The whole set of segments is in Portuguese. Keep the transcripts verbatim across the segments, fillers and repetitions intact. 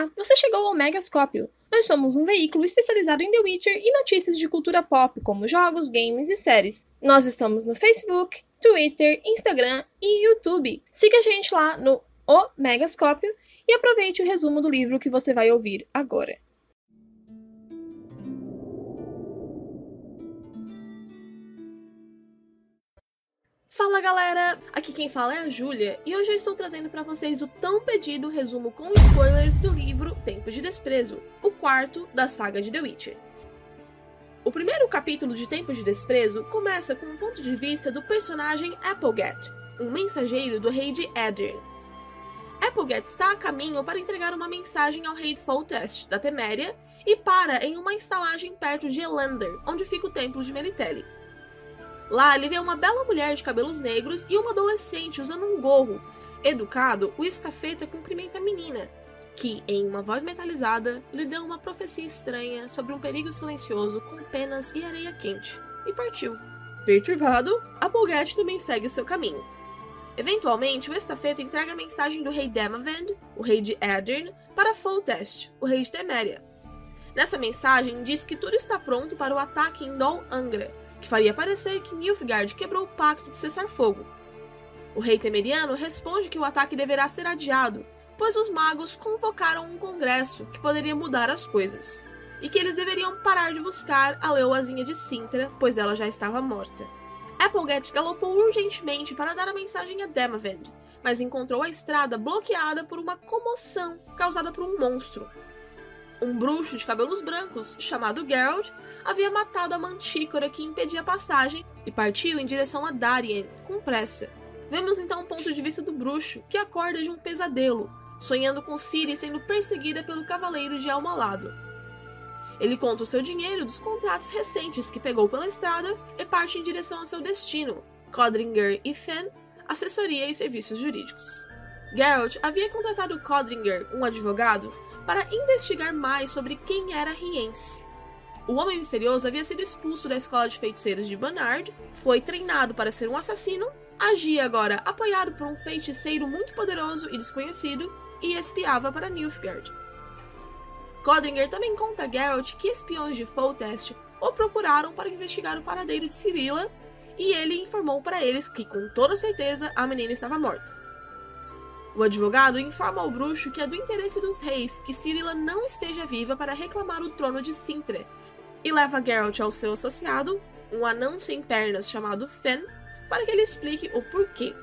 Olá, você chegou ao Megascópio. Nós somos um veículo especializado em The Witcher e notícias de cultura pop, como jogos, games e séries. Nós estamos no Facebook, Twitter, Instagram e YouTube. Siga a gente lá no O Megascópio e aproveite o resumo do livro que você vai ouvir agora. Fala galera, aqui quem fala é a Júlia e hoje eu estou trazendo para vocês o tão pedido resumo com spoilers do livro Tempo de Desprezo, o quarto da saga de The Witcher. O primeiro capítulo de Tempo de Desprezo começa com um ponto de vista do personagem Applegate, um mensageiro do rei de Aedirn. Applegate está a caminho para entregar uma mensagem ao rei Foltest, da Teméria, e para em uma estalagem perto de Elander, onde fica o templo de Meritelli. Lá ele vê uma bela mulher de cabelos negros e uma adolescente usando um gorro. Educado, o estafeta cumprimenta a menina, que, em uma voz metalizada, lhe deu uma profecia estranha sobre um perigo silencioso com penas e areia quente, e partiu. Perturbado, Applegate também segue seu caminho. Eventualmente, o estafeta entrega a mensagem do rei Demavend, o rei de Aedirn, para Foltest, o rei de Teméria. Nessa mensagem, diz que tudo está pronto para o ataque em Dol Angra, que faria parecer que Nilfgaard quebrou o pacto de cessar-fogo. O rei temeriano responde que o ataque deverá ser adiado, pois os magos convocaram um congresso que poderia mudar as coisas, e que eles deveriam parar de buscar a leoazinha de Cintra, pois ela já estava morta. Applegate galopou urgentemente para dar a mensagem a Demavend, mas encontrou a estrada bloqueada por uma comoção causada por um monstro. Um bruxo de cabelos brancos, chamado Geralt, havia matado a mantícora que impedia a passagem e partiu em direção a Darien, com pressa. Vemos então o ponto de vista do bruxo, que acorda de um pesadelo, sonhando com Ciri sendo perseguida pelo cavaleiro de Almalado. Ele conta o seu dinheiro dos contratos recentes que pegou pela estrada e parte em direção ao seu destino, Codringer e Fen, assessoria e serviços jurídicos. Geralt havia contratado Codringer, um advogado, para investigar mais sobre quem era Rience. O homem misterioso havia sido expulso da escola de feiticeiros de Banard, foi treinado para ser um assassino, agia agora apoiado por um feiticeiro muito poderoso e desconhecido e espiava para Nilfgaard. Codringer também conta a Geralt que espiões de Foltest o procuraram para investigar o paradeiro de Cirilla e ele informou para eles que, com toda certeza, a menina estava morta. O advogado informa ao bruxo que é do interesse dos reis que Cirilla não esteja viva para reclamar o trono de Cintra, e leva Geralt ao seu associado, um anão sem pernas chamado Fen, para que ele explique o porquê.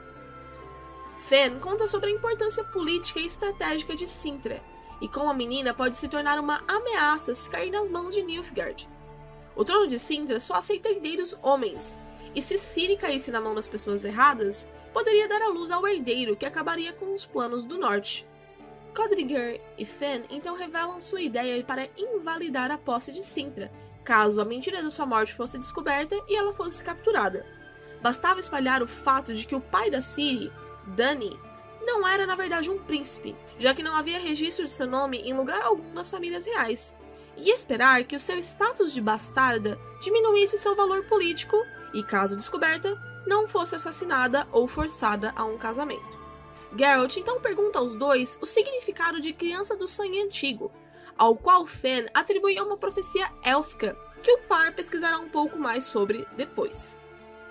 Fen conta sobre a importância política e estratégica de Cintra, e como a menina pode se tornar uma ameaça se cair nas mãos de Nilfgaard. O trono de Cintra só aceita herdeiros homens, e se Ciri caísse na mão das pessoas erradas, poderia dar à luz ao herdeiro que acabaria com os planos do norte. Codringer e Fen então revelam sua ideia para invalidar a posse de Cintra, caso a mentira da sua morte fosse descoberta e ela fosse capturada. Bastava espalhar o fato de que o pai da Ciri, Dany, não era na verdade um príncipe, já que não havia registro de seu nome em lugar algum nas famílias reais, e esperar que o seu status de bastarda diminuísse seu valor político e, caso descoberta, não fosse assassinada ou forçada a um casamento. Geralt então pergunta aos dois o significado de criança do sangue antigo, ao qual Fen atribuía uma profecia élfica, que o par pesquisará um pouco mais sobre depois.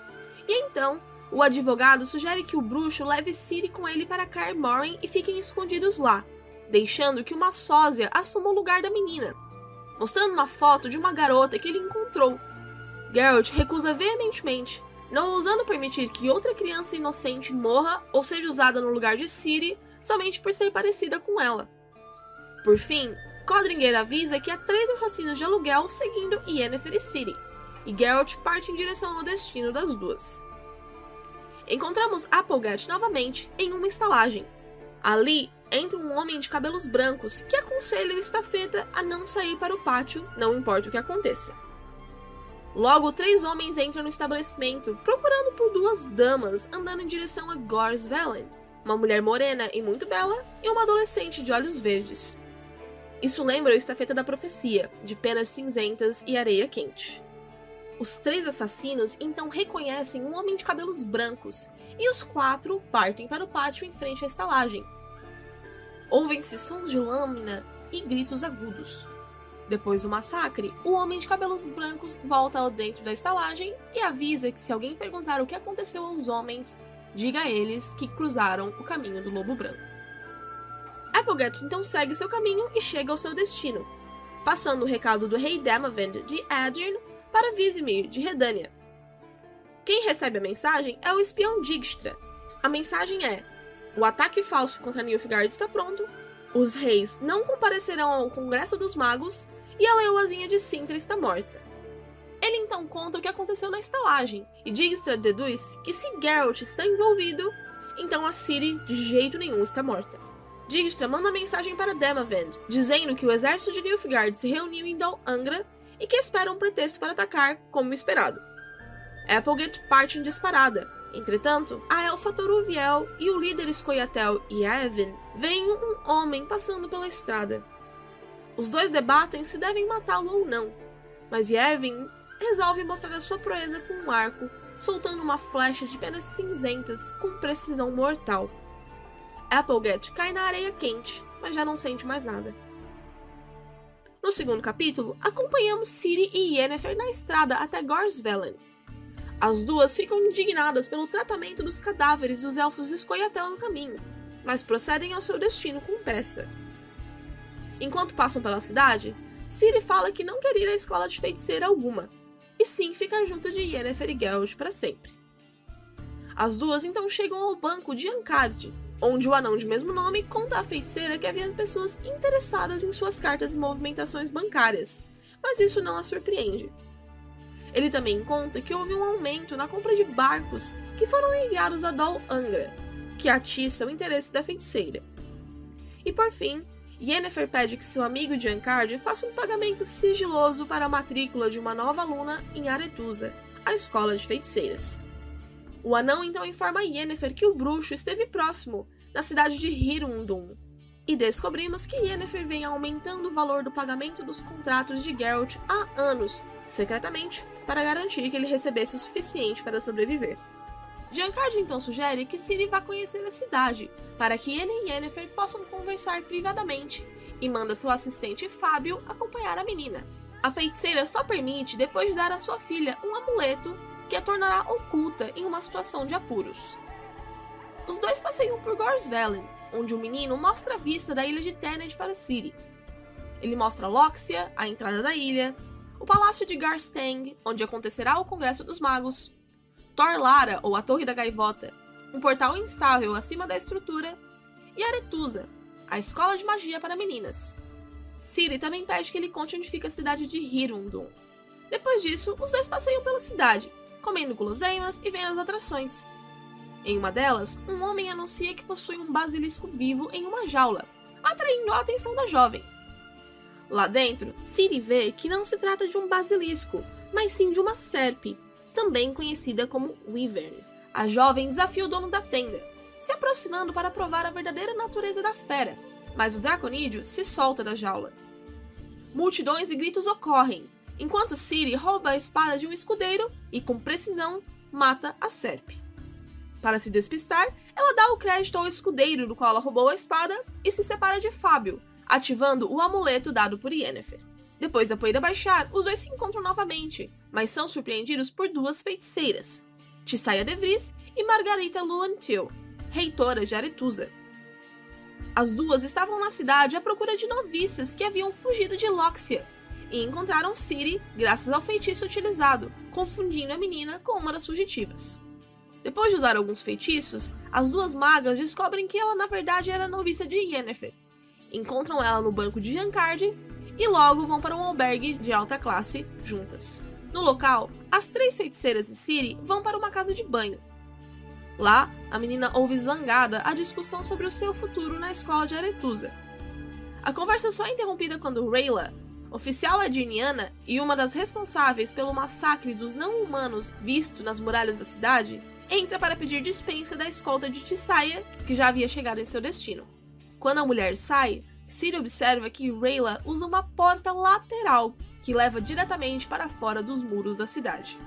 E então, o advogado sugere que o bruxo leve Ciri com ele para Kaer Morhen e fiquem escondidos lá, deixando que uma sósia assuma o lugar da menina, mostrando uma foto de uma garota que ele encontrou. Geralt recusa veementemente, não ousando permitir que outra criança inocente morra ou seja usada no lugar de Ciri somente por ser parecida com ela. Por fim, Codringer avisa que há três assassinos de aluguel seguindo Yennefer e Ciri, e Geralt parte em direção ao destino das duas. Encontramos Applegate novamente em uma estalagem. Ali entra um homem de cabelos brancos que aconselha o estafeta a não sair para o pátio, não importa o que aconteça. Logo, três homens entram no estabelecimento, procurando por duas damas andando em direção a Gors Velen, uma mulher morena e muito bela, e uma adolescente de olhos verdes. Isso lembra o estafeta da profecia, de penas cinzentas e areia quente. Os três assassinos então reconhecem um homem de cabelos brancos, e os quatro partem para o pátio em frente à estalagem. Ouvem-se sons de lâmina e gritos agudos. Depois do massacre, o homem de cabelos brancos volta ao dentro da estalagem e avisa que se alguém perguntar o que aconteceu aos homens, diga a eles que cruzaram o caminho do Lobo Branco. Applegate então segue seu caminho e chega ao seu destino, passando o recado do rei Demavend de Aedirn para Vizimir de Redânia. Quem recebe a mensagem é o espião Dijkstra. A mensagem é: o ataque falso contra Nilfgaard está pronto, os reis não comparecerão ao Congresso dos Magos e a leoazinha de Cintra está morta. Ele então conta o que aconteceu na estalagem, e Dijkstra deduz que se Geralt está envolvido, então a Ciri de jeito nenhum está morta. Dijkstra manda mensagem para Demavend, dizendo que o exército de Nilfgaard se reuniu em Dol Angra e que espera um pretexto para atacar, como esperado. Applegate parte em disparada. Entretanto, a elfa Toruviel e o líder Scoia'tael Eowyn veem um homem passando pela estrada. Os dois debatem se devem matá-lo ou não, mas Eowyn resolve mostrar a sua proeza com um arco, soltando uma flecha de penas cinzentas com precisão mortal. Applegate cai na areia quente, mas já não sente mais nada. No segundo capítulo, acompanhamos Ciri e Yennefer na estrada até Gorsvellen. As duas ficam indignadas pelo tratamento dos cadáveres dos elfos de Scoia'tael no caminho, mas procedem ao seu destino com pressa. Enquanto passam pela cidade, Ciri fala que não quer ir à escola de feiticeira alguma, e sim ficar junto de Yennefer e Geralt para sempre. As duas então chegam ao banco de Ancard, onde o anão de mesmo nome conta à feiticeira que havia pessoas interessadas em suas cartas e movimentações bancárias, mas isso não a surpreende. Ele também conta que houve um aumento na compra de barcos que foram enviados a Dol Angra, que atiça o interesse da feiticeira. E por fim, Yennefer pede que seu amigo de Ancard faça um pagamento sigiloso para a matrícula de uma nova aluna em Aretusa, a escola de feiticeiras. O anão então informa a Yennefer que o bruxo esteve próximo, na cidade de Hirundum, e descobrimos que Yennefer vem aumentando o valor do pagamento dos contratos de Geralt há anos, secretamente, para garantir que ele recebesse o suficiente para sobreviver. Ancard então sugere que Ciri vá conhecer a cidade, para que ele e Yennefer possam conversar privadamente, e manda seu assistente Fábio acompanhar a menina. A feiticeira só permite depois de dar à sua filha um amuleto que a tornará oculta em uma situação de apuros. Os dois passeiam por Gorsvellen, onde o menino mostra a vista da ilha de Tenned para Ciri. Ele mostra Loxia, a entrada da ilha, o palácio de Garstang, onde acontecerá o Congresso dos Magos, Tor Lara, ou a Torre da Gaivota, um portal instável acima da estrutura, e Aretusa, a escola de magia para meninas. Ciri também pede que ele conte onde fica a cidade de Hirundum. Depois disso, os dois passeiam pela cidade, comendo guloseimas e vendo as atrações. Em uma delas, um homem anuncia que possui um basilisco vivo em uma jaula, atraindo a atenção da jovem. Lá dentro, Ciri vê que não se trata de um basilisco, mas sim de uma serpe, também conhecida como Wyvern. A jovem desafia o dono da tenda, se aproximando para provar a verdadeira natureza da fera, mas o draconídeo se solta da jaula. Multidões e gritos ocorrem, enquanto Ciri rouba a espada de um escudeiro e, com precisão, mata a serpe. Para se despistar, ela dá o crédito ao escudeiro do qual ela roubou a espada e se separa de Fábio, ativando o amuleto dado por Yennefer. Depois da poeira baixar, os dois se encontram novamente, mas são surpreendidos por duas feiticeiras, Tissaia de Vries e Margarita Luantil, reitora de Aretusa. As duas estavam na cidade à procura de noviças que haviam fugido de Loxia, e encontraram Ciri graças ao feitiço utilizado, confundindo a menina com uma das fugitivas. Depois de usar alguns feitiços, as duas magas descobrem que ela na verdade era noviça de Yennefer. Encontram ela no banco de Ancard e logo vão para um albergue de alta classe juntas. No local, as três feiticeiras e Ciri vão para uma casa de banho. Lá, a menina ouve zangada a discussão sobre o seu futuro na escola de Aretusa. A conversa só é interrompida quando Rayla, oficial adirniana e uma das responsáveis pelo massacre dos não-humanos visto nas muralhas da cidade, entra para pedir dispensa da escolta de Tissaia, que já havia chegado em seu destino. Quando a mulher sai, Ciri observa que Rayla usa uma porta lateral que leva diretamente para fora dos muros da cidade.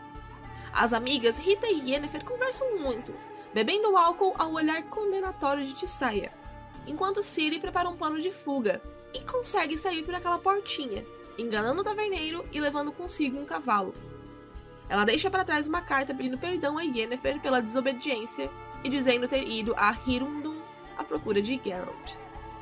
As amigas Rita e Yennefer conversam muito, bebendo álcool ao olhar condenatório de Tissaia, enquanto Ciri prepara um plano de fuga, e consegue sair por aquela portinha, enganando o taverneiro e levando consigo um cavalo. Ela deixa para trás uma carta pedindo perdão a Yennefer pela desobediência e dizendo ter ido a Hirundum à procura de Geralt.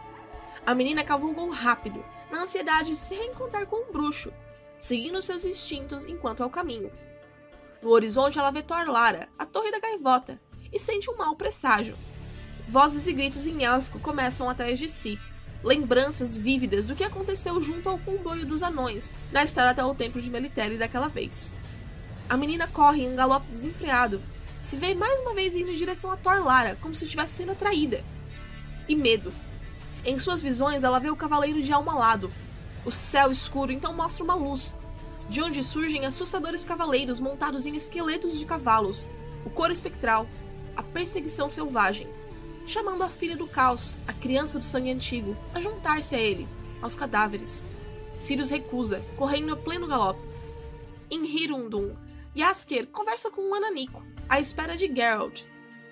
A menina cavalgou rápido, na ansiedade de se reencontrar com o bruxo, seguindo seus instintos enquanto ao caminho. No horizonte ela vê Torlara, a Torre da Gaivota, e sente um mau presságio. Vozes e gritos em élfico começam atrás de si, lembranças vívidas do que aconteceu junto ao comboio dos anões, na estrada até o templo de Melitele daquela vez. A menina corre em um galope desenfreado, se vê mais uma vez indo em direção a Torlara, como se estivesse sendo atraída. E medo. Em suas visões ela vê o cavaleiro de alma alado. O céu escuro então mostra uma luz, de onde surgem assustadores cavaleiros montados em esqueletos de cavalos, o coro espectral, a perseguição selvagem, chamando a filha do caos, a criança do sangue antigo, a juntar-se a ele, aos cadáveres. Sirius recusa, correndo a pleno galope. Em Hirundum, Jaskier conversa com um ananico, à espera de Geralt.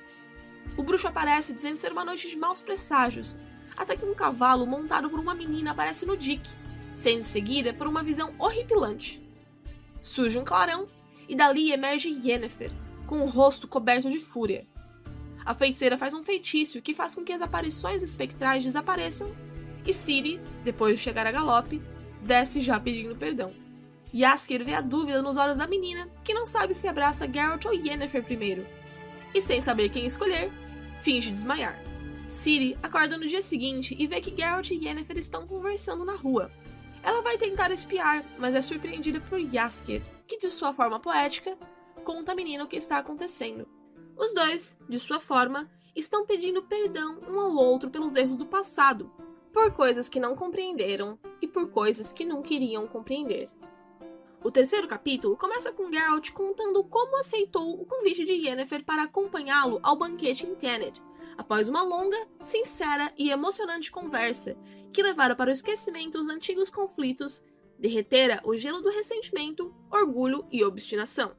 O bruxo aparece dizendo ser uma noite de maus presságios, até que um cavalo montado por uma menina aparece no dique, sendo seguida por uma visão horripilante. Surge um clarão, e dali emerge Yennefer, com o rosto coberto de fúria. A feiticeira faz um feitiço que faz com que as aparições espectrais desapareçam, e Ciri, depois de chegar a galope, desce já pedindo perdão. Jaskier vê a dúvida nos olhos da menina, que não sabe se abraça Geralt ou Yennefer primeiro, e sem saber quem escolher, finge desmaiar. Ciri acorda no dia seguinte e vê que Geralt e Yennefer estão conversando na rua. Ela vai tentar espiar, mas é surpreendida por Jaskier, que de sua forma poética, conta à menina o que está acontecendo. Os dois, de sua forma, estão pedindo perdão um ao outro pelos erros do passado, por coisas que não compreenderam e por coisas que não queriam compreender. O terceiro capítulo começa com Geralt contando como aceitou o convite de Yennefer para acompanhá-lo ao banquete em Thanet, após uma longa, sincera e emocionante conversa que levara para o esquecimento os antigos conflitos, derretera o gelo do ressentimento, orgulho e obstinação.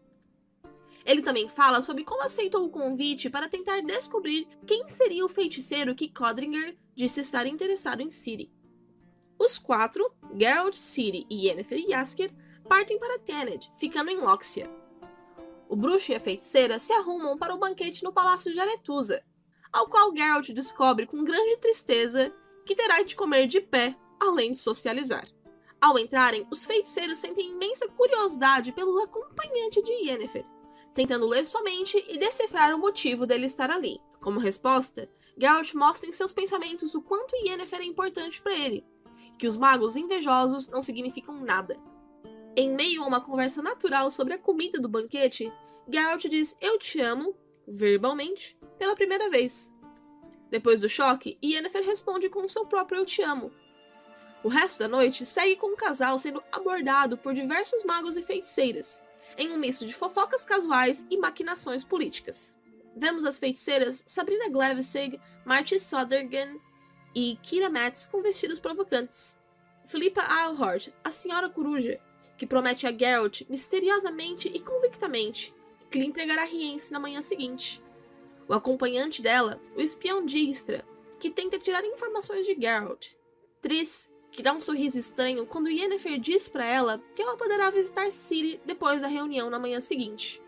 Ele também fala sobre como aceitou o convite para tentar descobrir quem seria o feiticeiro que Codringer disse estar interessado em Ciri. Os quatro, Geralt, Ciri e Yennefer e Jaskier, partem para Thanet, ficando em Loxia. O bruxo e a feiticeira se arrumam para o banquete no Palácio de Aretusa, ao qual Geralt descobre com grande tristeza que terá de comer de pé, além de socializar. Ao entrarem, os feiticeiros sentem imensa curiosidade pelo acompanhante de Yennefer, tentando ler sua mente e decifrar o motivo dele estar ali. Como resposta, Geralt mostra em seus pensamentos o quanto Yennefer é importante para ele, e que os magos invejosos não significam nada. Em meio a uma conversa natural sobre a comida do banquete, Geralt diz "eu te amo", verbalmente, pela primeira vez. Depois do choque, Yennefer responde com seu próprio "eu te amo". O resto da noite segue com o casal sendo abordado por diversos magos e feiticeiras, em um misto de fofocas casuais e maquinações políticas. Vemos as feiticeiras Sabrina Glevissig, Marty Sodergen e Kira Metz com vestidos provocantes. Philippa Eilhart, a Senhora Coruja, que promete a Geralt misteriosamente e convictamente que lhe entregará Rience na manhã seguinte. O acompanhante dela, o espião Dijkstra, que tenta tirar informações de Geralt. Triss, que dá um sorriso estranho quando Yennefer diz para ela que ela poderá visitar Ciri depois da reunião na manhã seguinte.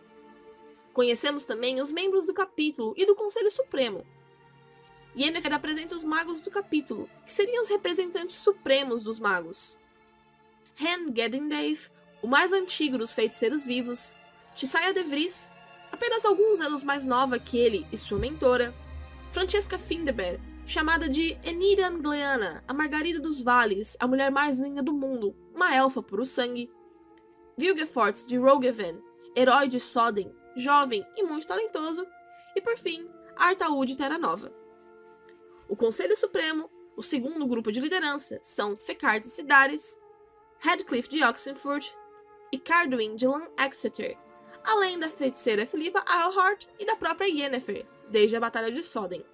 Conhecemos também os membros do capítulo e do Conselho Supremo. Yennefer apresenta os magos do capítulo, que seriam os representantes supremos dos magos. Hen Gedindave, o mais antigo dos feiticeiros vivos, Tissaia de Vries, apenas alguns anos mais nova que ele e sua mentora, Francesca Findeber, chamada de Enidan Gleana, a Margarida dos Vales, a mulher mais linda do mundo, uma elfa puro sangue, Vilgefortz de Rogeven, herói de Soden, jovem e muito talentoso, e por fim, Artaud de Terra Nova. O Conselho Supremo, o segundo grupo de liderança, são Fekard de Cidaris, Heathcliff de Oxenford e Carduin de Lan Exeter, além da feiticeira Philippa Eilhart e da própria Yennefer, desde a Batalha de Soden.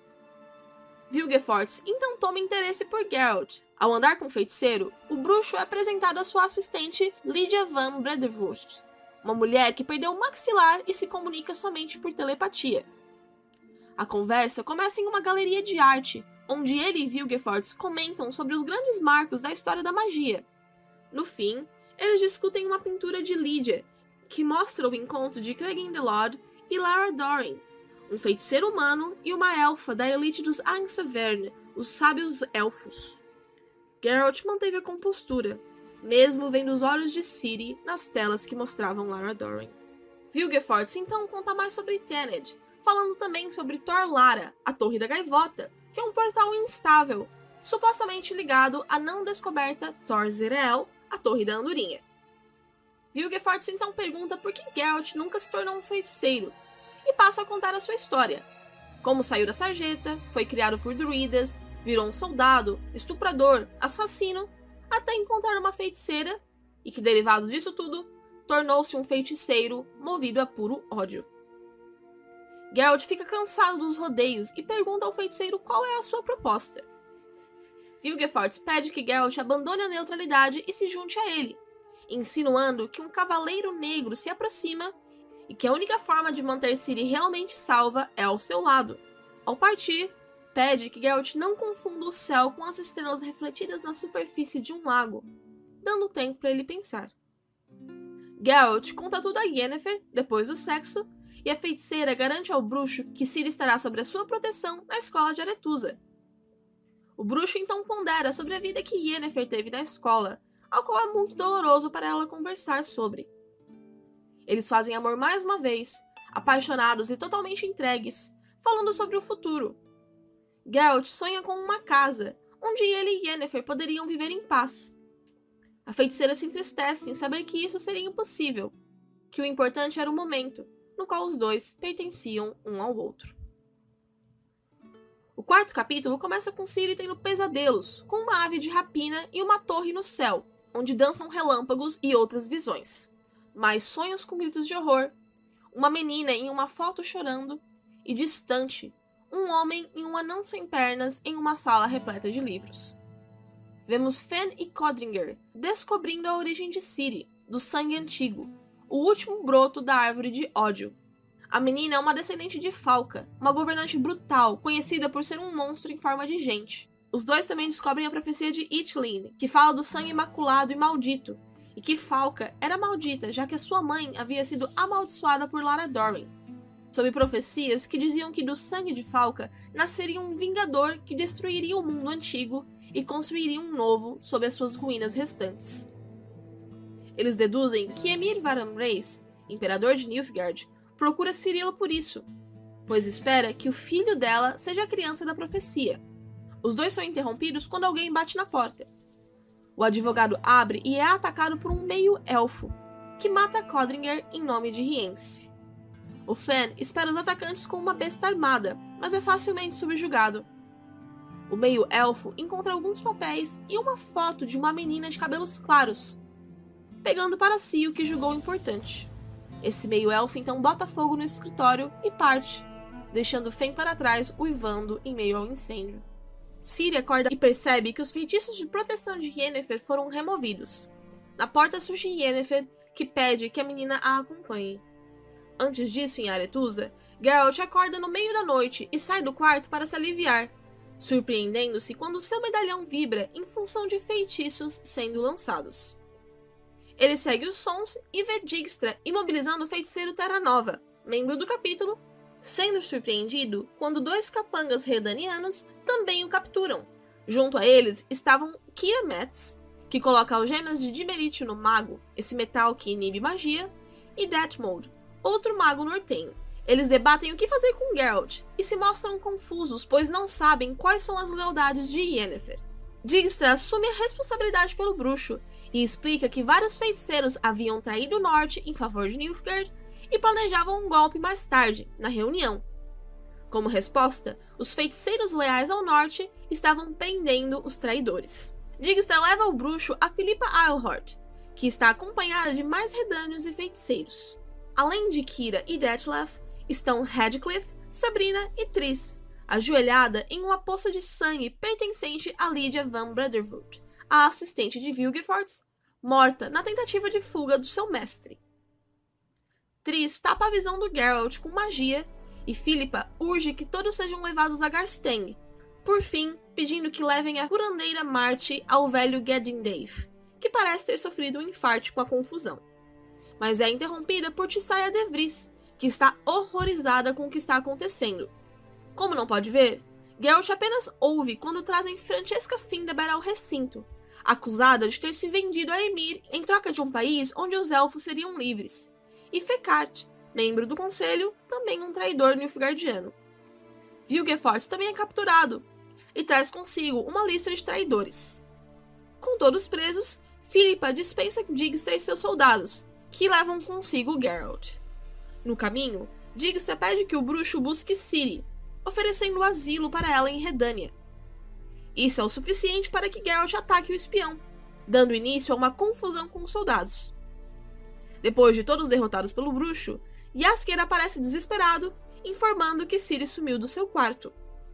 Vilgefortz então toma interesse por Geralt. Ao andar com o feiticeiro, o bruxo é apresentado à sua assistente Lydia van Bredervoort, uma mulher que perdeu o maxilar e se comunica somente por telepatia. A conversa começa em uma galeria de arte, onde ele e Vilgefortz comentam sobre os grandes marcos da história da magia. No fim, eles discutem uma pintura de Lídia, que mostra o encontro de Clegane the Lord e Lara Dorren, um feiticeiro humano e uma elfa da elite dos Ainseverne, os sábios elfos. Geralt manteve a compostura, mesmo vendo os olhos de Ciri nas telas que mostravam Lara Dorren. Vilgefortz então conta mais sobre Thened, falando também sobre Tor Lara, a Torre da Gaivota, que é um portal instável, supostamente ligado à não descoberta Tor Zirael, a Torre da Andorinha. Vilgefortz então pergunta por que Geralt nunca se tornou um feiticeiro, e passa a contar a sua história. Como saiu da sarjeta, foi criado por druidas, virou um soldado, estuprador, assassino, até encontrar uma feiticeira, e que, derivado disso tudo, tornou-se um feiticeiro movido a puro ódio. Geralt fica cansado dos rodeios e pergunta ao feiticeiro qual é a sua proposta. Vilgefortz pede que Geralt abandone a neutralidade e se junte a ele, insinuando que um cavaleiro negro se aproxima e que a única forma de manter Ciri realmente salva é ao seu lado. Ao partir, pede que Geralt não confunda o céu com as estrelas refletidas na superfície de um lago, dando tempo para ele pensar. Geralt conta tudo a Yennefer, depois do sexo, e a feiticeira garante ao bruxo que Ciri estará sob a sua proteção na escola de Aretusa. O bruxo então pondera sobre a vida que Yennefer teve na escola, ao qual é muito doloroso para ela conversar sobre. Eles fazem amor mais uma vez, apaixonados e totalmente entregues, falando sobre o futuro. Geralt sonha com uma casa, onde ele e Yennefer poderiam viver em paz. A feiticeira se entristece em saber que isso seria impossível, que o importante era o momento, no qual os dois pertenciam um ao outro. O quarto capítulo começa com Ciri tendo pesadelos, com uma ave de rapina e uma torre no céu, onde dançam relâmpagos e outras visões. Mais sonhos com gritos de horror, uma menina em uma foto chorando, e distante, um homem e um anão sem pernas em uma sala repleta de livros. Vemos Fen e Codringer descobrindo a origem de Ciri, do sangue antigo, o último broto da árvore de ódio. A menina é uma descendente de Falca, uma governante brutal, conhecida por ser um monstro em forma de gente. Os dois também descobrem a profecia de Itlin, que fala do sangue imaculado e maldito, e que Falca era maldita, já que a sua mãe havia sido amaldiçoada por Lara Dorren, sob profecias que diziam que do sangue de Falca nasceria um vingador que destruiria o mundo antigo e construiria um novo sob as suas ruínas restantes. Eles deduzem que Emhyr Varamreis, imperador de Nilfgaard, procura Cirilo por isso, pois espera que o filho dela seja a criança da profecia. Os dois são interrompidos quando alguém bate na porta. O advogado abre e é atacado por um meio-elfo, que mata Codringer em nome de Rience. O Fen espera os atacantes com uma besta armada, mas é facilmente subjugado. O meio-elfo encontra alguns papéis e uma foto de uma menina de cabelos claros, pegando para si o que julgou importante. Esse meio-elfo então bota fogo no escritório e parte, deixando Fen para trás uivando em meio ao incêndio. Ciri acorda e percebe que os feitiços de proteção de Yennefer foram removidos. Na porta surge Yennefer, que pede que a menina a acompanhe. Antes disso, em Aretusa, Geralt acorda no meio da noite e sai do quarto para se aliviar, surpreendendo-se quando seu medalhão vibra em função de feitiços sendo lançados. Ele segue os sons e vê Dijkstra imobilizando o feiticeiro Terra Nova, membro do capítulo, sendo surpreendido quando dois capangas redanianos também o capturam. Junto a eles estavam Kira Metz, que coloca algemas de dimerítio no mago, esse metal que inibe magia, e Detmold, outro mago nortenho. Eles debatem o que fazer com Geralt e se mostram confusos, pois não sabem quais são as lealdades de Yennefer. Dijkstra assume a responsabilidade pelo bruxo e explica que vários feiticeiros haviam traído o norte em favor de Nilfgaard e planejavam um golpe mais tarde, na reunião. Como resposta, os feiticeiros leais ao norte estavam prendendo os traidores. Dijkstra leva o bruxo a Philippa Eilhort, que está acompanhada de mais redânios e feiticeiros. Além de Kira e Detlef, estão Radcliffe, Sabrina e Triss, ajoelhada em uma poça de sangue pertencente a Lydia van Bredervoort, a assistente de Vilgefortz, morta na tentativa de fuga do seu mestre. Triss tapa a visão do Geralt com magia, e Philippa urge que todos sejam levados a Garstang, Por fim, pedindo que levem a curandeira Marty ao velho Gedindave, que parece ter sofrido um infarto com a confusão. Mas é interrompida por Tissaia DeVries, que está horrorizada com o que está acontecendo. Como não pode ver, Geralt apenas ouve quando trazem Francesca Findabair ao recinto, acusada de ter se vendido a Emhyr em troca de um país onde os elfos seriam livres, e Fecart, membro do conselho, também um traidor nilfgaardiano. Vilgefortz também é capturado, e traz consigo uma lista de traidores. Com todos presos, Philippa dispensa Dijkstra e seus soldados, que levam consigo Geralt. No caminho, Dijkstra pede que o bruxo busque Ciri, oferecendo asilo para ela em Redânia. Isso é o suficiente para que Geralt ataque o espião, dando início a uma confusão com os soldados. Depois de todos derrotados pelo bruxo, Jaskier aparece desesperado, informando que Ciri sumiu do seu quarto.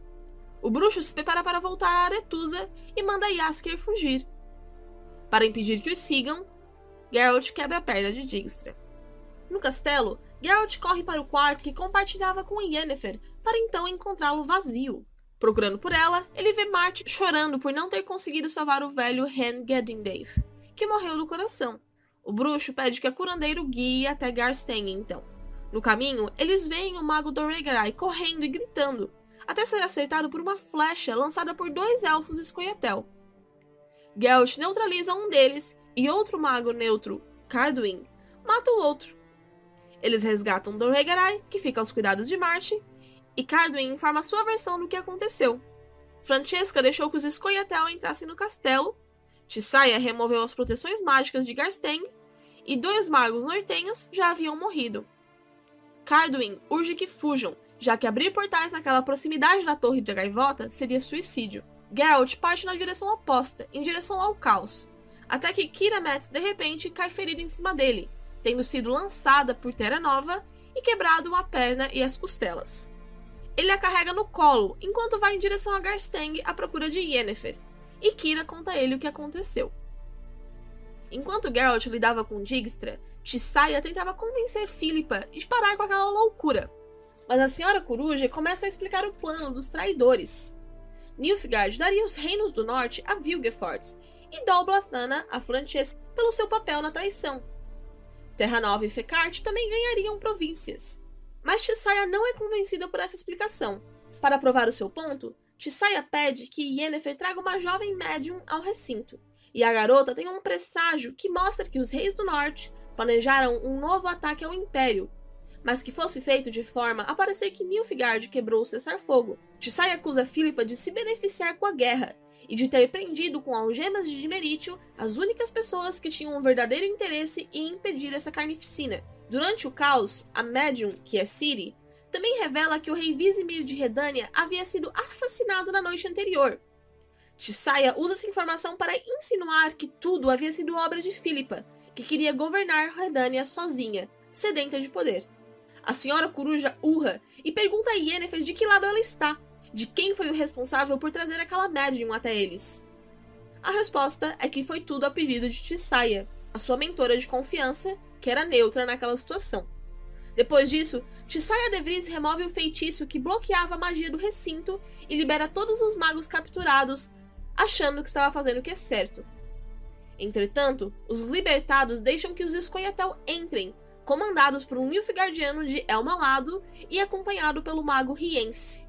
O bruxo se prepara para voltar a Aretusa e manda Jaskier fugir. Para impedir que os sigam, Geralt quebra a perna de Dijkstra. No castelo, Geralt corre para o quarto que compartilhava com Yennefer, para então encontrá-lo vazio. Procurando por ela, ele vê Marty chorando por não ter conseguido salvar o velho Hen Gedindave, que morreu do coração. O bruxo pede que a curandeira o guie até Garstenning, então. No caminho, eles veem o mago Doregarai correndo e gritando, até ser acertado por uma flecha lançada por dois elfos Scoia'tael. Geralt neutraliza um deles e outro mago neutro, Carduin, mata o outro. Eles resgatam Doregarai, que fica aos cuidados de Marty, e Carduin informa sua versão do que aconteceu. Francesca deixou que os Scoia'tael entrassem no castelo, Tissaia removeu as proteções mágicas de Garstenning, e dois magos nortenhos já haviam morrido. Carduin urge que fujam, já que abrir portais naquela proximidade da Torre da Gaivota seria suicídio. Geralt parte na direção oposta, em direção ao caos, até que Keira Metz de repente cai ferida em cima dele, tendo sido lançada por Terra Nova e quebrado uma perna e as costelas. Ele a carrega no colo, enquanto vai em direção a Garstenning à procura de Yennefer, e Keira conta a ele o que aconteceu. Enquanto Geralt lidava com Dijkstra, Tissaia tentava convencer Philippa de parar com aquela loucura, mas a Senhora Coruja começa a explicar o plano dos traidores. Nilfgaard daria os reinos do norte a Vilgefortz e Dol Blathanna a Francesca pelo seu papel na traição. Terra Nova e Fecart também ganhariam províncias. Mas Tissaia não é convencida por essa explicação. Para provar o seu ponto, Tissaia pede que Yennefer traga uma jovem médium ao recinto, e a garota tem um presságio que mostra que os reis do norte planejaram um novo ataque ao Império, mas que fosse feito de forma a parecer que Nilfgaard quebrou o cessar-fogo. Tissaia acusa Philippa de se beneficiar com a guerra, e de ter prendido com algemas de dimerítio as únicas pessoas que tinham um verdadeiro interesse em impedir essa carnificina. Durante o caos, a médium, que é Ciri, também revela que o rei Vizimir de Redânia havia sido assassinado na noite anterior. Tissaia usa essa informação para insinuar que tudo havia sido obra de Philippa, que queria governar Redânia sozinha, sedenta de poder. A Senhora Coruja urra e pergunta a Yennefer de que lado ela está, de quem foi o responsável por trazer aquela médium até eles. A resposta é que foi tudo a pedido de Tissaia, a sua mentora de confiança, que era neutra naquela situação. Depois disso, Tissaia DeVries remove o feitiço que bloqueava a magia do recinto e libera todos os magos capturados, achando que estava fazendo o que é certo. Entretanto, os libertados deixam que os Scoia'tael entrem, comandados por um Nilfgaardiano de Elmalado e acompanhado pelo mago Rience.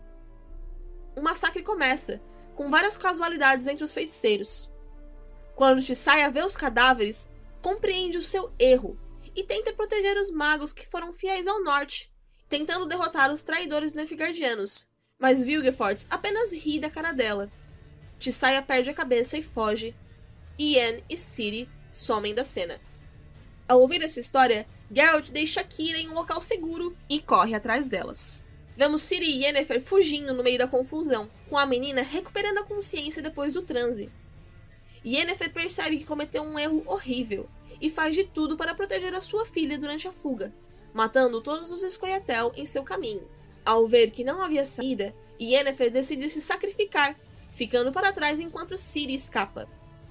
O massacre começa, com várias casualidades entre os feiticeiros. Quando Tissaia vê os cadáveres, compreende o seu erro e tenta proteger os magos que foram fiéis ao norte, tentando derrotar os traidores nilfgaardianos, mas Vilgefortz apenas ri da cara dela. Tissaia perde a cabeça e foge, e Yen e Ciri somem da cena. Ao ouvir essa história, Geralt deixa Keira em um local seguro e corre atrás delas. Vemos Ciri e Yennefer fugindo no meio da confusão, com a menina recuperando a consciência depois do transe. Yennefer percebe que cometeu um erro horrível e faz de tudo para proteger a sua filha durante a fuga, matando todos os Scoia'tael em seu caminho. Ao ver que não havia saída, Yennefer decide se sacrificar, ficando para trás enquanto Ciri escapa.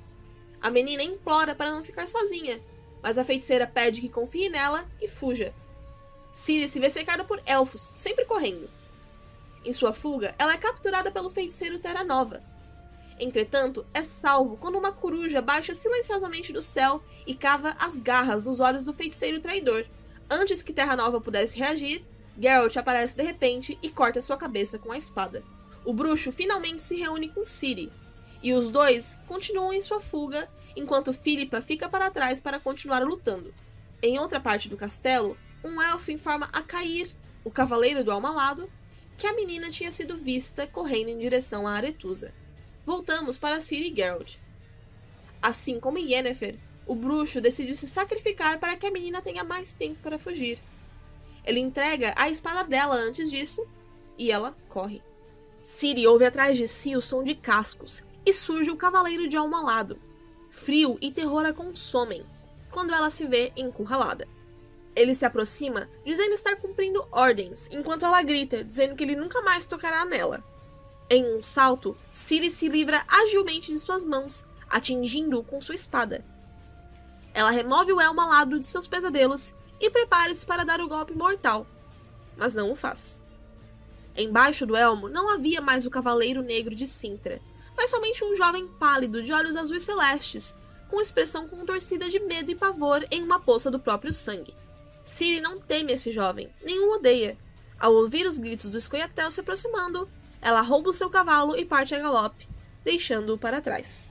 A menina implora para não ficar sozinha, mas a feiticeira pede que confie nela e fuja. Ciri se vê cercada por elfos, sempre correndo. Em sua fuga, ela é capturada pelo feiticeiro Terra Nova. Entretanto, é salvo quando uma coruja baixa silenciosamente do céu e cava as garras nos olhos do feiticeiro traidor. Antes que Terra Nova pudesse reagir, Geralt aparece de repente e corta sua cabeça com a espada. O bruxo finalmente se reúne com Ciri, e os dois continuam em sua fuga, enquanto Philippa fica para trás para continuar lutando. Em outra parte do castelo, um elfo informa a Cair, o cavaleiro do Almalado, que a menina tinha sido vista correndo em direção a Aretusa. Voltamos para Ciri e Geralt. Assim como Yennefer, o bruxo decide se sacrificar para que a menina tenha mais tempo para fugir. Ele entrega a espada dela antes disso, e ela corre. Ciri ouve atrás de si o som de cascos, e surge o cavaleiro de Almalado. Frio e terror a consomem, quando ela se vê encurralada. Ele se aproxima, dizendo estar cumprindo ordens, enquanto ela grita, dizendo que ele nunca mais tocará nela. Em um salto, Ciri se livra agilmente de suas mãos, atingindo-o com sua espada. Ela remove o elmo alado de seus pesadelos e prepara-se para dar o golpe mortal, mas não o faz. Embaixo do elmo não havia mais o cavaleiro negro de Cintra, mas somente um jovem pálido de olhos azuis celestes, com expressão contorcida de medo e pavor em uma poça do próprio sangue. Ciri não teme esse jovem, nem o odeia. Ao ouvir os gritos do Scoia'tael se aproximando, ela rouba o seu cavalo e parte a galope, deixando-o para trás.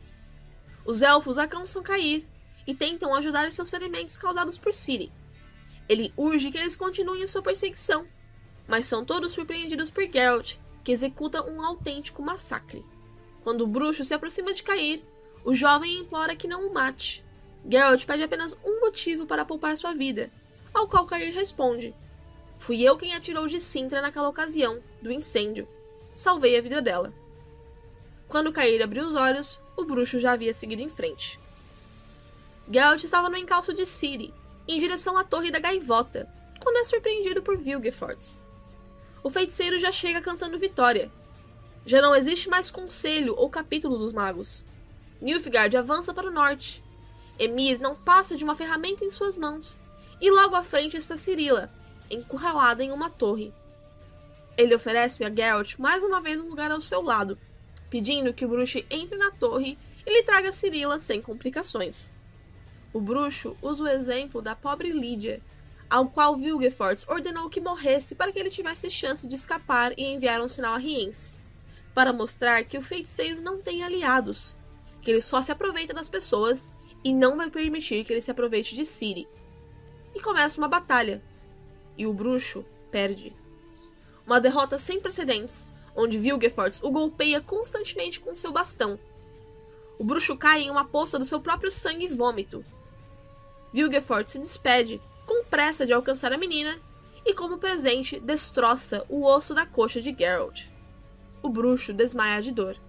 Os elfos alcançam Cair e tentam ajudar em seus ferimentos causados por Ciri. Ele urge que eles continuem sua perseguição, mas são todos surpreendidos por Geralt, que executa um autêntico massacre. Quando o bruxo se aproxima de Cair, o jovem implora que não o mate. Geralt pede apenas um motivo para poupar sua vida, ao qual Cair responde: "Fui eu quem atirou de Cintra naquela ocasião, do incêndio. Salvei a vida dela." Quando Cair abriu os olhos, o bruxo já havia seguido em frente. Geralt estava no encalço de Ciri, em direção à Torre da Gaivota, quando é surpreendido por Vilgefortz. O feiticeiro já chega cantando vitória. Já não existe mais conselho ou capítulo dos magos. Nilfgaard avança para o norte. Emhyr não passa de uma ferramenta em suas mãos, e logo à frente está Cirilla, encurralada em uma torre. Ele oferece a Geralt mais uma vez um lugar ao seu lado, pedindo que o bruxo entre na torre e lhe traga Cirilla sem complicações. O bruxo usa o exemplo da pobre Lídia, ao qual Vilgefortz ordenou que morresse para que ele tivesse chance de escapar e enviar um sinal a Rience, para mostrar que o feiticeiro não tem aliados, que ele só se aproveita das pessoas e não vai permitir que ele se aproveite de Ciri. E começa uma batalha, e o bruxo perde. Uma derrota sem precedentes, onde Vilgefortz o golpeia constantemente com seu bastão. O bruxo cai em uma poça do seu próprio sangue e vômito. Vilgefortz se despede, com pressa de alcançar a menina, e como presente destroça o osso da coxa de Geralt. O bruxo desmaia de dor.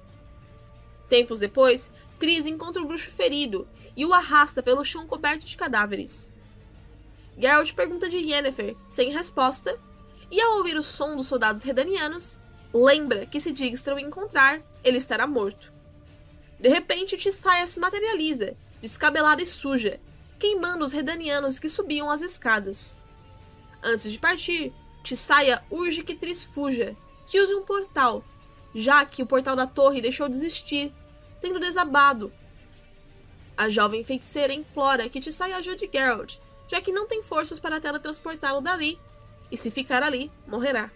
Tempos depois, Triss encontra o bruxo ferido e o arrasta pelo chão coberto de cadáveres. Geralt pergunta de Yennefer, sem resposta, e ao ouvir o som dos soldados redanianos, lembra que se Dijkstra o encontrar, ele estará morto. De repente, Tissaia se materializa, descabelada e suja, queimando os redanianos que subiam as escadas. Antes de partir, Tissaia urge que Triss fuja, que use um portal, já que o portal da torre deixou de existir, tendo desabado. A jovem feiticeira implora que Tissaia ajude Geralt, já que não tem forças para teletransportá-lo dali, e se ficar ali, morrerá.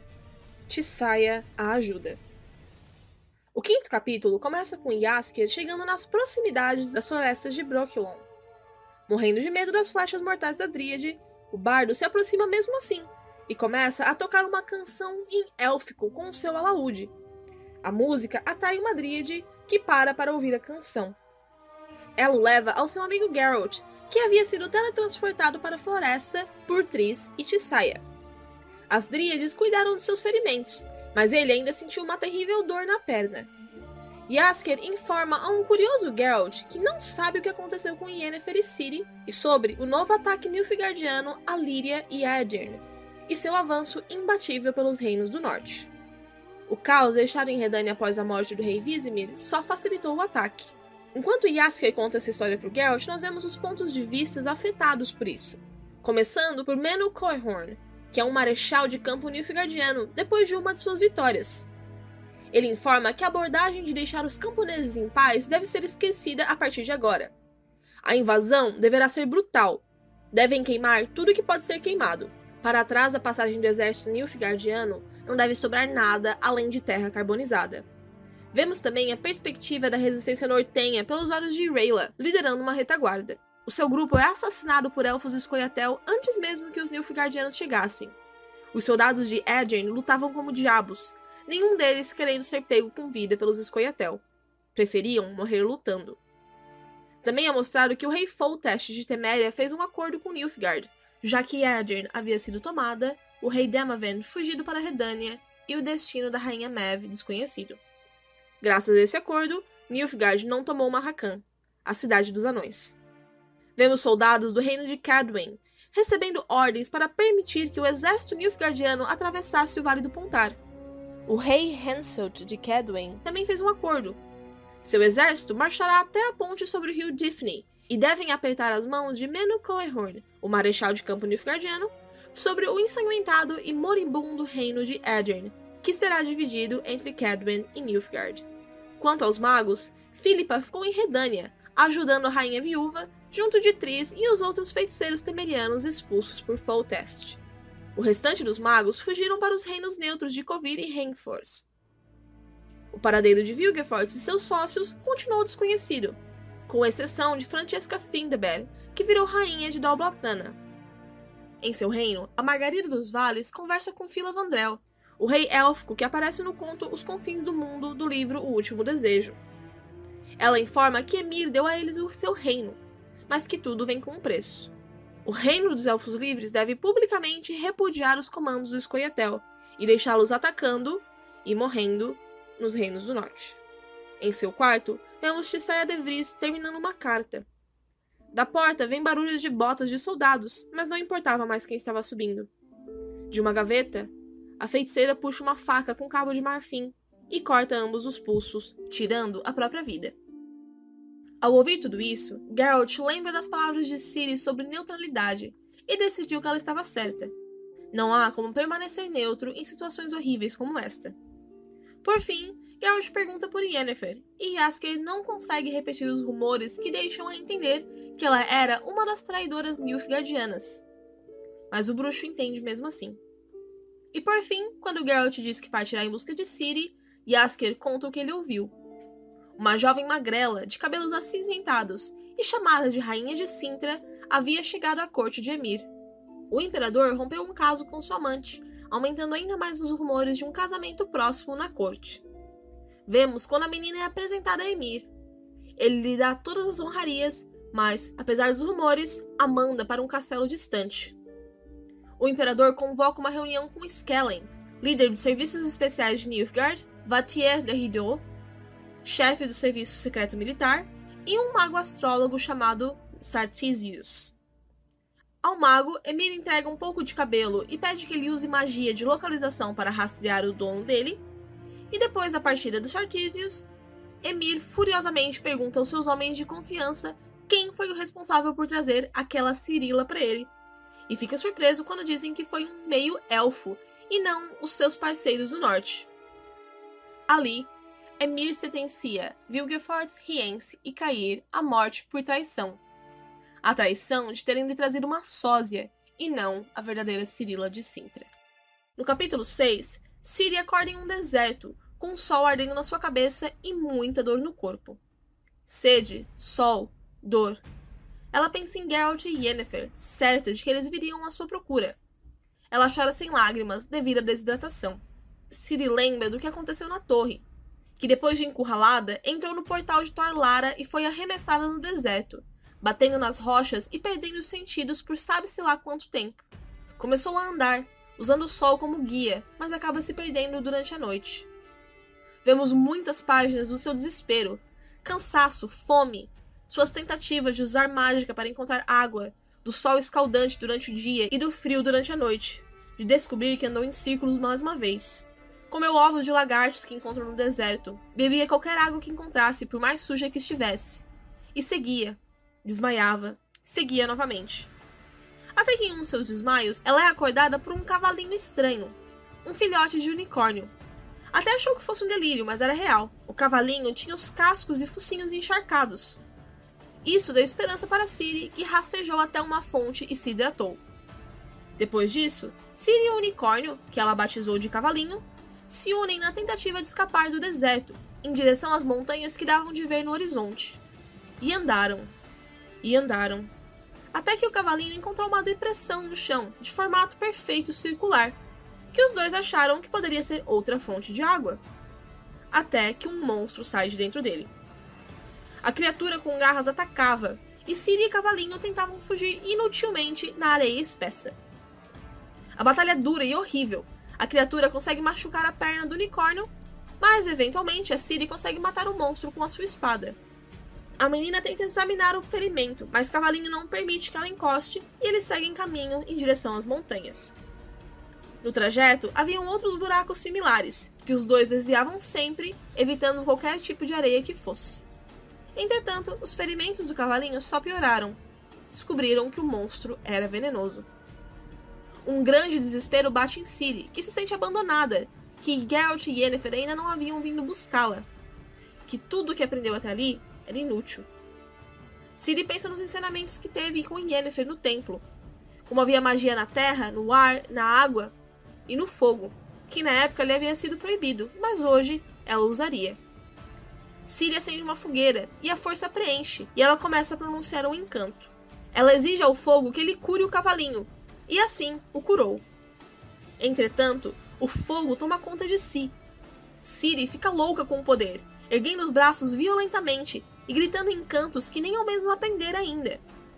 Tissaia a ajuda. O quinto capítulo começa com Jaskier chegando nas proximidades das florestas de Brokilon. Morrendo de medo das flechas mortais da Dríade, o bardo se aproxima mesmo assim, e começa a tocar uma canção em élfico com o seu alaúde. A música atrai uma Dríade que para para ouvir a canção. Ela o leva ao seu amigo Geralt, que havia sido teletransportado para a floresta por Triss e Tissaia. As Dríades cuidaram de seus ferimentos, mas ele ainda sentiu uma terrível dor na perna. Jaskier informa a um curioso Geralt que não sabe o que aconteceu com Yennefer e Ciri e sobre o novo ataque nilfgaardiano a Lyria e a Aedirn, e seu avanço imbatível pelos reinos do norte. O caos deixado em Redânia após a morte do rei Vizimir só facilitou o ataque. Enquanto Jaskier conta essa história para o Geralt, nós vemos os pontos de vista afetados por isso. Começando por Menú Coihorn, que é um marechal de campo nilfgaardiano depois de uma de suas vitórias. Ele informa que a abordagem de deixar os camponeses em paz deve ser esquecida a partir de agora. A invasão deverá ser brutal. Devem queimar tudo que pode ser queimado. Para trás da passagem do exército nilfgaardiano, não deve sobrar nada além de terra carbonizada. Vemos também a perspectiva da resistência nortenha pelos olhos de Rayla, liderando uma retaguarda. O seu grupo é assassinado por elfos Scoia'tael antes mesmo que os nilfgaardianos chegassem. Os soldados de Aedirn lutavam como diabos, nenhum deles querendo ser pego com vida pelos Scoia'tael. Preferiam morrer lutando. Também é mostrado que o rei Foltest de Temeria fez um acordo com Nilfgaard, já que Aedirn havia sido tomada, o rei Démaven fugido para Redânia e o destino da rainha Maeve desconhecido. Graças a esse acordo, Nilfgaard não tomou Marracan, a cidade dos anões. Vemos soldados do reino de Cadwyn recebendo ordens para permitir que o exército nilfgaardiano atravessasse o Vale do Pontar. O rei Henselt de Cadwyn também fez um acordo. Seu exército marchará até a ponte sobre o rio Dyfni e devem apertar as mãos de Menu Coehorn, o marechal de campo nilfgaardiano, sobre o ensanguentado e moribundo reino de Aedirn, que será dividido entre Cadwyn e Nilfgaard. Quanto aos magos, Philippa ficou em Redânia, ajudando a rainha viúva, junto de Triss e os outros feiticeiros temerianos expulsos por Foltest. O restante dos magos fugiram para os reinos neutros de Kovir e Hengfors. O paradeiro de Vilgefortz e seus sócios continuou desconhecido, com exceção de Francesca Findabair, que virou rainha de Dol Blatnana. Em seu reino, a Margarida dos Vales conversa com Filavandrel, o rei élfico que aparece no conto Os Confins do Mundo do livro O Último Desejo. Ela informa que Emhyr deu a eles o seu reino, mas que tudo vem com um preço. O reino dos Elfos Livres deve publicamente repudiar os comandos do Scoia'tael e deixá-los atacando e morrendo nos Reinos do Norte. Em seu quarto, vemos Tissaia de Vries terminando uma carta. Da porta vem barulhos de botas de soldados, mas não importava mais quem estava subindo. De uma gaveta, a feiticeira puxa uma faca com cabo de marfim e corta ambos os pulsos, tirando a própria vida. Ao ouvir tudo isso, Geralt lembra das palavras de Ciri sobre neutralidade e decidiu que ela estava certa. Não há como permanecer neutro em situações horríveis como esta. Por fim, Geralt pergunta por Yennefer, e Jaskier não consegue repetir os rumores que deixam a entender que ela era uma das traidoras nilfgaardianas. Mas o bruxo entende mesmo assim. E por fim, quando Geralt diz que partirá em busca de Ciri, Jaskier conta o que ele ouviu. Uma jovem magrela, de cabelos acinzentados e chamada de Rainha de Cintra, havia chegado à corte de Emhyr. O imperador rompeu um caso com sua amante, aumentando ainda mais os rumores de um casamento próximo na corte. Vemos quando a menina é apresentada a Emhyr. Ele lhe dá todas as honrarias, mas, apesar dos rumores, a manda para um castelo distante. O imperador convoca uma reunião com Skellen, líder dos serviços especiais de Nilfgaard, Vathier de Rideau, chefe do serviço secreto militar, e um mago astrólogo chamado Sartisius. Ao mago, Emhyr entrega um pouco de cabelo e pede que ele use magia de localização para rastrear o dono dele, e depois da partida dos Sartisius, Emhyr furiosamente pergunta aos seus homens de confiança quem foi o responsável por trazer aquela Cirila para ele, e fica surpreso quando dizem que foi um meio-elfo e não os seus parceiros do norte. Ali, Emhyr sentencia Vilgefortz, Rience e Cair à morte por traição. A traição de terem lhe trazido uma sósia, e não a verdadeira Cirila de Cintra. No capítulo seis, Ciri acorda em um deserto, com o sol ardendo na sua cabeça e muita dor no corpo. Sede, sol, dor. Ela pensa em Geralt e Yennefer, certa de que eles viriam à sua procura. Ela chora sem lágrimas, devido à desidratação. Ciri lembra do que aconteceu na torre, que depois de encurralada, entrou no portal de Torlara e foi arremessada no deserto, batendo nas rochas e perdendo os sentidos por sabe-se lá quanto tempo. Começou a andar, usando o sol como guia, mas acaba se perdendo durante a noite. Vemos muitas páginas do seu desespero, cansaço, fome, suas tentativas de usar mágica para encontrar água, do sol escaldante durante o dia e do frio durante a noite, de descobrir que andou em círculos mais uma vez. Comeu ovos de lagartos que encontrou no deserto, bebia qualquer água que encontrasse, por mais suja que estivesse. E seguia, desmaiava, seguia novamente. Até que em um dos seus desmaios, ela é acordada por um cavalinho estranho, um filhote de unicórnio. Até achou que fosse um delírio, mas era real. O cavalinho tinha os cascos e focinhos encharcados. Isso deu esperança para Ciri, que rastejou até uma fonte e se hidratou. Depois disso, Ciri e o unicórnio, que ela batizou de cavalinho, se unem na tentativa de escapar do deserto, em direção às montanhas que davam de ver no horizonte. E andaram. E andaram. Até que o cavalinho encontrou uma depressão no chão, de formato perfeito circular, que os dois acharam que poderia ser outra fonte de água. Até que um monstro sai de dentro dele. A criatura com garras atacava, e Ciri e Cavalinho tentavam fugir inutilmente na areia espessa. A batalha é dura e horrível. A criatura consegue machucar a perna do unicórnio, mas eventualmente a Ciri consegue matar o monstro com a sua espada. A menina tenta examinar o ferimento, mas Cavalinho não permite que ela encoste e eles seguem caminho em direção às montanhas. No trajeto, haviam outros buracos similares, que os dois desviavam sempre, evitando qualquer tipo de areia que fosse. Entretanto, os ferimentos do cavalinho só pioraram. Descobriram que o monstro era venenoso. Um grande desespero bate em Ciri, que se sente abandonada, que Geralt e Yennefer ainda não haviam vindo buscá-la, que tudo o que aprendeu até ali era inútil. Ciri pensa nos ensinamentos que teve com Yennefer no templo, como havia magia na terra, no ar, na água e no fogo, que na época lhe havia sido proibido, mas hoje ela usaria. Ciri acende uma fogueira e a força preenche, e ela começa a pronunciar um encanto. Ela exige ao fogo que ele cure o cavalinho, e assim o curou. Entretanto, o fogo toma conta de si. Ciri fica louca com o poder, erguendo os braços violentamente e gritando encantos que nem ao mesmo aprender ainda.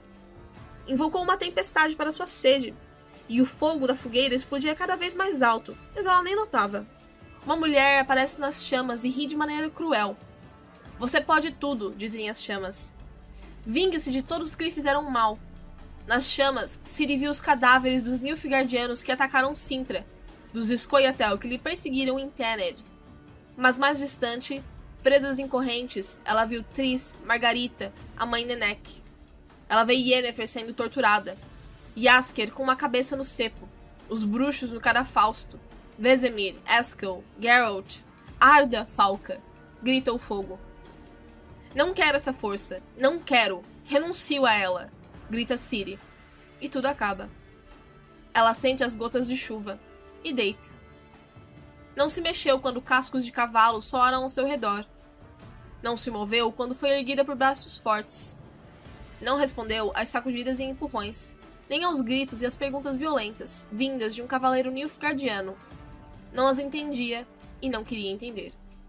Invocou uma tempestade para sua sede, e o fogo da fogueira explodia cada vez mais alto, mas ela nem notava. Uma mulher aparece nas chamas e ri de maneira cruel. Você pode tudo, dizem as chamas. Vingue-se de todos que lhe fizeram mal. Nas chamas, Ciri viu os cadáveres dos Nilfgaardianos que atacaram Cintra, dos Scoia'tael que lhe perseguiram em Thanedd. Mas mais distante, presas em correntes, ela viu Triss, Margarita, a mãe Nenneck. Ela vê Yennefer sendo torturada, Jaskier com uma cabeça no cepo, os bruxos no cadafausto, Vesemir, Eskel, Geralt, Arda, Falca, grita o fogo. Não quero essa força, não quero, renuncio a ela, grita Ciri, e tudo acaba. Ela sente as gotas de chuva, e deita. Não se mexeu quando cascos de cavalo soaram ao seu redor. Não se moveu quando foi erguida por braços fortes. Não respondeu às sacudidas e empurrões, nem aos gritos e às perguntas violentas, vindas de um cavaleiro nilfgaardiano. Não as entendia e não queria entender.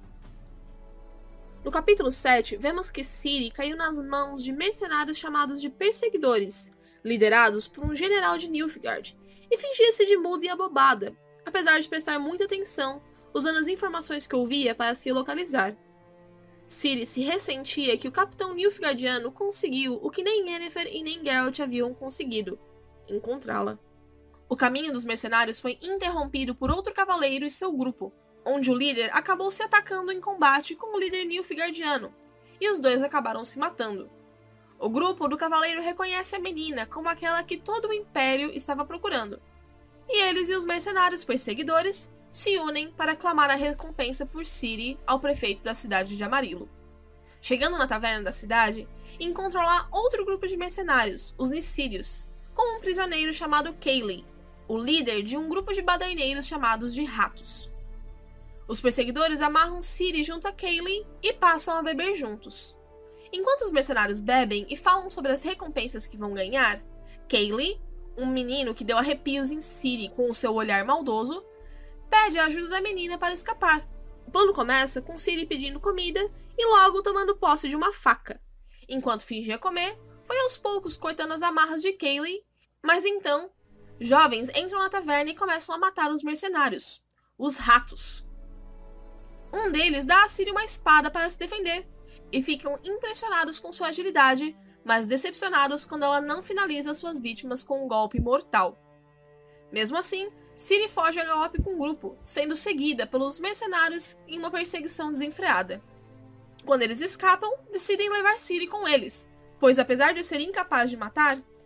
No capítulo sete, vemos que Ciri caiu nas mãos de mercenários chamados de Perseguidores, liderados por um general de Nilfgaard, e fingia-se de muda e abobada, apesar de prestar muita atenção, usando as informações que ouvia para se localizar. Ciri se ressentia que o capitão Nilfgaardiano conseguiu o que nem Yennefer e nem Geralt haviam conseguido, encontrá-la. O caminho dos mercenários foi interrompido por outro cavaleiro e seu grupo, onde o líder acabou se atacando em combate com o líder Nilfgaardiano, e os dois acabaram se matando. O grupo do cavaleiro reconhece a menina como aquela que todo o Império estava procurando, e eles e os mercenários perseguidores se unem para clamar a recompensa por Ciri ao prefeito da cidade de Amarillo. Chegando na taverna da cidade, encontram lá outro grupo de mercenários, os Nicírios, com um prisioneiro chamado Kayleigh, o líder de um grupo de baderneiros chamados de Ratos. Os perseguidores amarram Ciri junto a Kayleigh e passam a beber juntos. Enquanto os mercenários bebem e falam sobre as recompensas que vão ganhar, Kayleigh, um menino que deu arrepios em Ciri com o seu olhar maldoso, pede a ajuda da menina para escapar. O plano começa com Ciri pedindo comida e logo tomando posse de uma faca. Enquanto fingia comer, foi aos poucos cortando as amarras de Kayleigh, mas então, jovens entram na taverna e começam a matar os mercenários, os Ratos. Um deles dá a Ciri uma espada para se defender, e ficam impressionados com sua agilidade, mas decepcionados quando ela não finaliza suas vítimas com um golpe mortal. Mesmo assim, Ciri foge a galope com o grupo, sendo seguida pelos mercenários em uma perseguição desenfreada. Quando eles escapam, decidem levar Ciri com eles, pois apesar de ser incapaz de matar,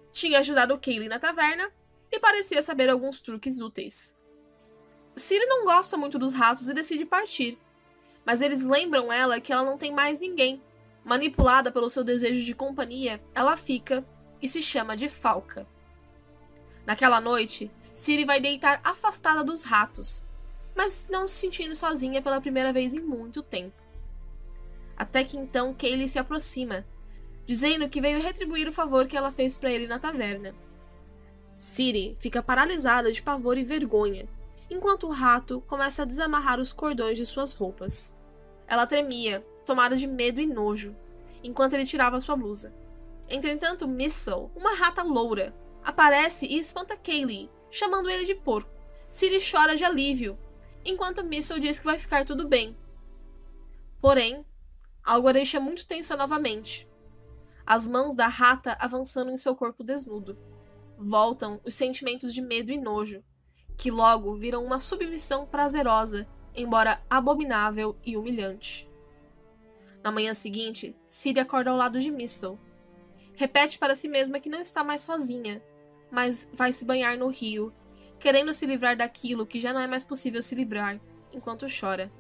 tinha ajudado Kaylee na taverna e parecia saber alguns truques úteis. Ciri não gosta muito dos ratos e decide partir, mas eles lembram ela que ela não tem mais ninguém. Manipulada pelo seu desejo de companhia, ela fica e se chama de Falca. Naquela noite, Ciri vai deitar afastada dos ratos, mas não se sentindo sozinha pela primeira vez em muito tempo. Até que então Kaylee se aproxima, dizendo que veio retribuir o favor que ela fez para ele na taverna. Ciri fica paralisada de pavor e vergonha, enquanto o rato começa a desamarrar os cordões de suas roupas. Ela tremia, tomada de medo e nojo, enquanto ele tirava sua blusa. Entretanto, Missile, uma rata loura, aparece e espanta Kaylee, chamando ele de porco. Ciri chora de alívio, enquanto Missile diz que vai ficar tudo bem. Porém, algo a deixa muito tensa novamente. As mãos da rata avançando em seu corpo desnudo. Voltam os sentimentos de medo e nojo, que logo viram uma submissão prazerosa, embora abominável e humilhante. Na manhã seguinte, Ciri acorda ao lado de Missile. Repete para si mesma que não está mais sozinha, mas vai se banhar no rio, querendo se livrar daquilo que já não é mais possível se livrar, enquanto chora.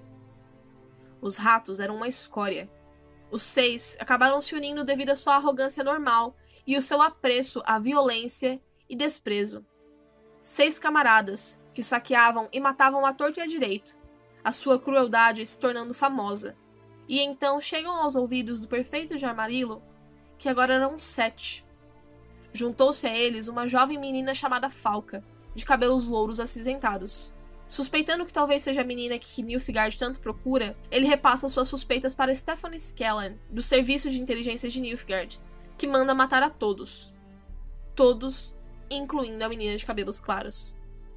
Os ratos eram uma escória. Os seis acabaram se unindo devido à sua arrogância normal e o seu apreço à violência e desprezo. Seis camaradas que saqueavam e matavam à torto e à direito, a sua crueldade se tornando famosa. E então chegam aos ouvidos do perfeito Jarmarilo que agora eram sete. Juntou-se a eles uma jovem menina chamada Falca, de cabelos louros acinzentados. Suspeitando que talvez seja a menina que Nilfgaard tanto procura, ele repassa suas suspeitas para Stephanie Skellan, do Serviço de Inteligência de Nilfgaard, que manda matar a todos. Todos, incluindo a menina de cabelos claros.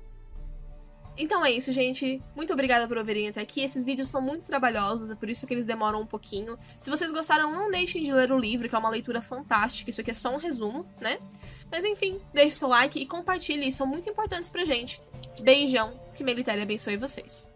Então é isso, gente. Muito obrigada por ouvirem até aqui. Esses vídeos são muito trabalhosos, é por isso que eles demoram um pouquinho. Se vocês gostaram, não deixem de ler o livro, que é uma leitura fantástica. Isso aqui é só um resumo, né? Mas enfim, deixe seu like e compartilhe, são muito importantes pra gente. Beijão, que Melitele abençoe vocês.